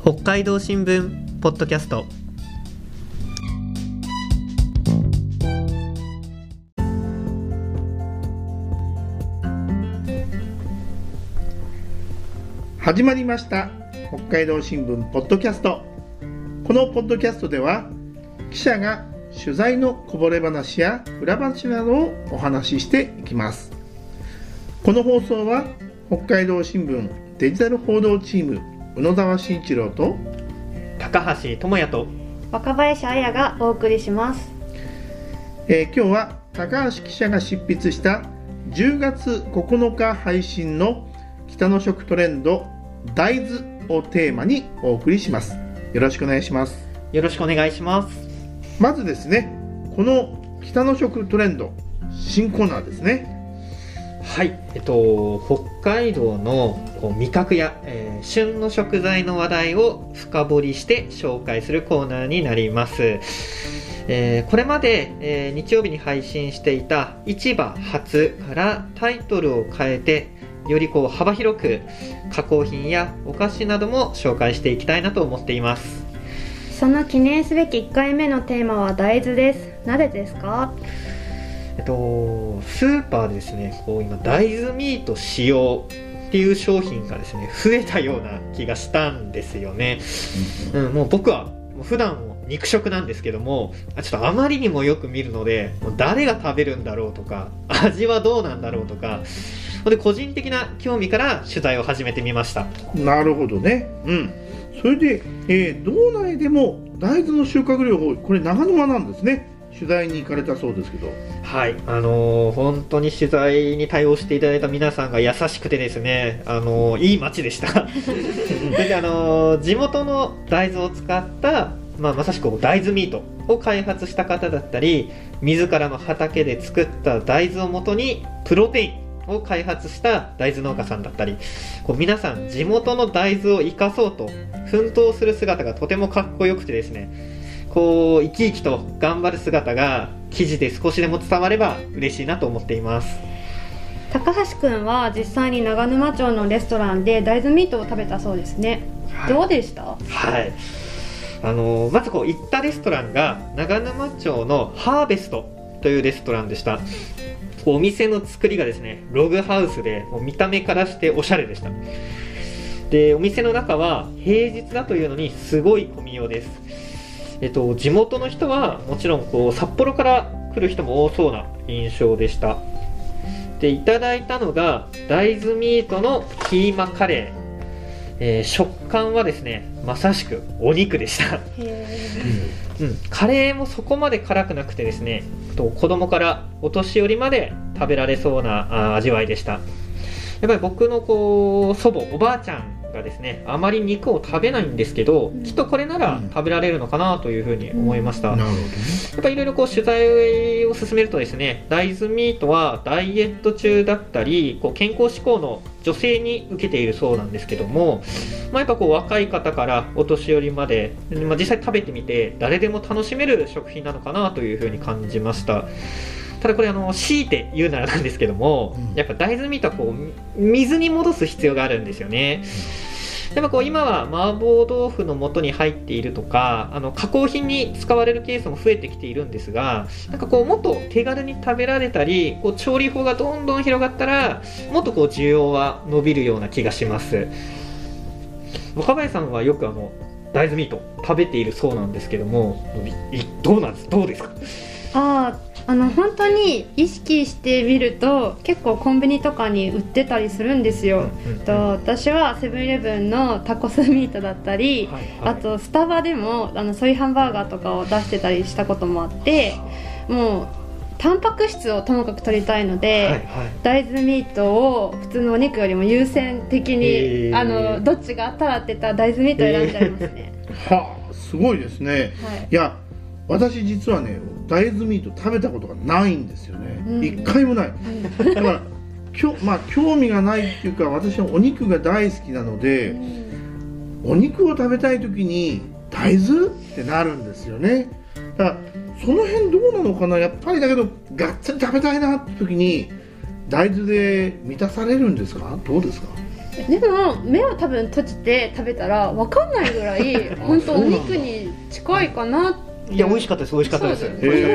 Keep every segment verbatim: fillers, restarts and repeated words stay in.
北海道新聞ポッドキャスト。 始まりました北海道新聞ポッドキャスト。このポッドキャストでは記者が取材のこぼれ話や裏話などをお話ししていきます。この放送は北海道新聞デジタル報道チーム宇野沢慎一郎と高橋智也と若林彩がお送りします。 えー、今日は高橋記者が執筆したじゅうがつここのか配信の北の食トレンド大豆をテーマにお送りします。よろしくお願いします。 よろしくお願いします。 まずですね、この北の食トレンド新コーナーですね。 はい、えっと、北海道のこう味覚や、えー、旬の食材の話題を深掘りして紹介するコーナーになります。えー、これまで、えー、日曜日に配信していた市場初からタイトルを変えてよりこう幅広く加工品やお菓子なども紹介していきたいなと思っています。 その記念すべきいっかいめのテーマは大豆です。なぜですか？ えっと、スーパーでですね、こう今大豆ミート使用っていう商品がですね増えたような気がしたんですよね。うん、もう僕はもう普段も肉食なんですけども、ちょっとあまりにもよく見るので、もう誰が食べるんだろうとか、味はどうなんだろうとか、で個人的な興味から取材を始めてみました。 なるほどね。うん。それで、えー、道内でも大豆の収穫量が多い。これ長沼なんですね。取材に行かれたそうですけど。 はい、あのー、本当に取材に対応していただいた皆さんが優しくてですね、あのー、いい街でした。で、あのー、地元の大豆を使った、まあ、まさしく大豆ミートを開発した方だったり、自らの畑で作った大豆をもとにプロテインを開発した大豆農家さんだったり、こう皆さん地元の大豆を生かそうと奮闘する姿がとてもかっこよくてですね、こう生き生きと頑張る姿が記事で少しでも伝われば嬉しいなと思っています。 高橋くんは実際に長沼町のレストランで大豆ミートを食べたそうですね。はい、どうでした？ はい、あのまずこう行ったレストランが長沼町のハーベストというレストランでした。お店の作りがですねログハウスでもう見た目からしておしゃれでした。でお店の中は平日だというのにすごい混みようです。えっと、地元の人はもちろんこう札幌から来る人も多そうな印象でした。でいただいたのが大豆ミートのキーマカレー、えー、食感はですねまさしくお肉でした。へー、うん、カレーもそこまで辛くなくてですね、と子供からお年寄りまで食べられそうなあ味わいでした。やっぱり僕のこう祖母おばあちゃんがですねあまり肉を食べないんですけど、うん、きっとこれなら食べられるのかなというふうに思いました。うん、なるほどね。やっぱりいろいろこう取材を進めるとですね、大豆ミートはダイエット中だったりこう健康志向の女性に受けているそうなんですけども、まあ、やっぱこう若い方からお年寄りまで、まあ、実際食べてみて誰でも楽しめる食品なのかなというふうに感じました。ただこれあの強いて言うならなんですけども、うん、やっぱ大豆ミートはこう水に戻す必要があるんですよね。やっぱこう今は麻婆豆腐の素に入っているとかあの加工品に使われるケースも増えてきているんですが、なんかこうもっと手軽に食べられたりこう調理法がどんどん広がったらもっとこう需要は伸びるような気がします。若林さんはよくあの大豆ミート食べているそうなんですけども、どうなんですどうですか？ ああの本当に意識してみると結構コンビニとかに売ってたりするんですよ。うんうんうん、と私はセブンイレブンのタコスミートだったり、はいはい、あとスタバでもあのソイハンバーガーとかを出してたりしたこともあって、もうタンパク質をともかく取りたいので、はいはい、大豆ミートを普通のお肉よりも優先的に、えー、あのどっちがあったらって言ったら大豆ミートを選んじゃいますね。 えー、はあ、すごいですね。はい、いや私実はね大豆ミート食べたことがないんですよね。うん、一回もない。だからきょ、まあ、興味がないっていうか私はお肉が大好きなので、うん、お肉を食べたい時に大豆ってなるんですよね。だからその辺どうなのかな。やっぱりだけどがっつり食べたいなって時に大豆で満たされるんですか？どうですか？ でも目を多分閉じて食べたら分かんないぐらい本当お肉に近いかなって。 いや美味しかったです美味しかったです。 へ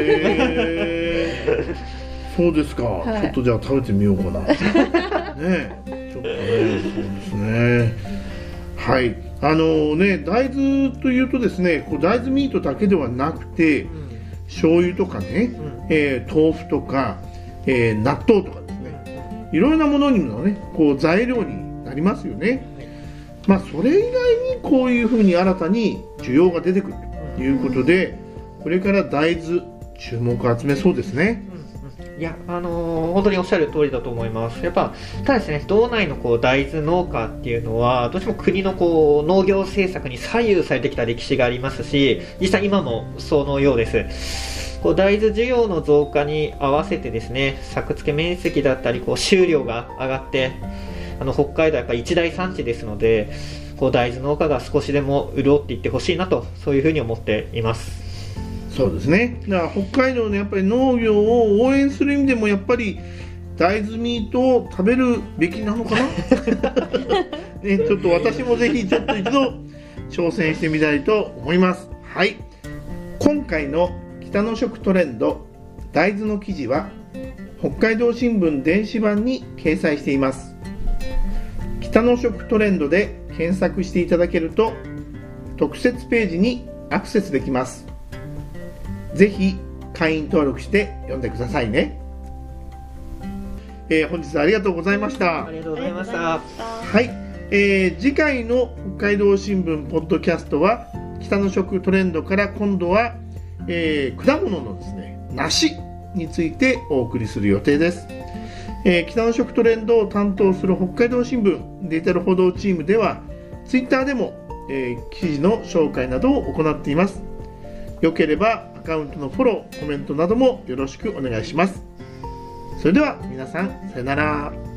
えそうですか、はい、ちょっとじゃあ食べてみようかなねえちょっとねそうですねはい。あのね、大豆というとですね、こう大豆ミートだけではなくて、うん、醤油とかね、うん、えー、豆腐とか、えー、納豆とかですね、いろいろなものにもね、こう材料になりますよね。まあそれ以外にこういうふうに新たに需要が出てくるということで、これから大豆注目を集めそうですね。 いや、あのー、本当におっしゃる通りだと思います。やっぱただですね、道内のこう大豆農家っていうのはどうしても国のこう農業政策に左右されてきた歴史がありますし、実際今もそのようです。こう大豆需要の増加に合わせてですね、作付け面積だったりこう収量が上がって、あの北海道はやっぱり一大産地ですので、こう大豆農家が少しでも潤っていってほしいなと、そういうふうに思っています。 そうですね。だから北海道のやっぱり農業を応援する意味でもやっぱり大豆ミートを食べるべきなのかなね、ちょっと私もぜひちょっと一度挑戦してみたいと思います。はい。今回の北の食トレンド大豆の記事は北海道新聞電子版に掲載しています。北の食トレンドで検索していただけると特設ページにアクセスできます。ぜひ会員登録して読んでくださいね。えー、本日はありがとうございました。 ありがとうございました。 はい、えー、次回の北海道新聞ポッドキャストは北の食トレンドから今度は、えー、果物のですね梨についてお送りする予定です。えー、北の食トレンドを担当する北海道新聞デジタル報道チームではツイッターでも、えー、記事の紹介などを行っています。よければアカウントのフォロー、コメントなどもよろしくお願いします。それでは皆さん、さよなら。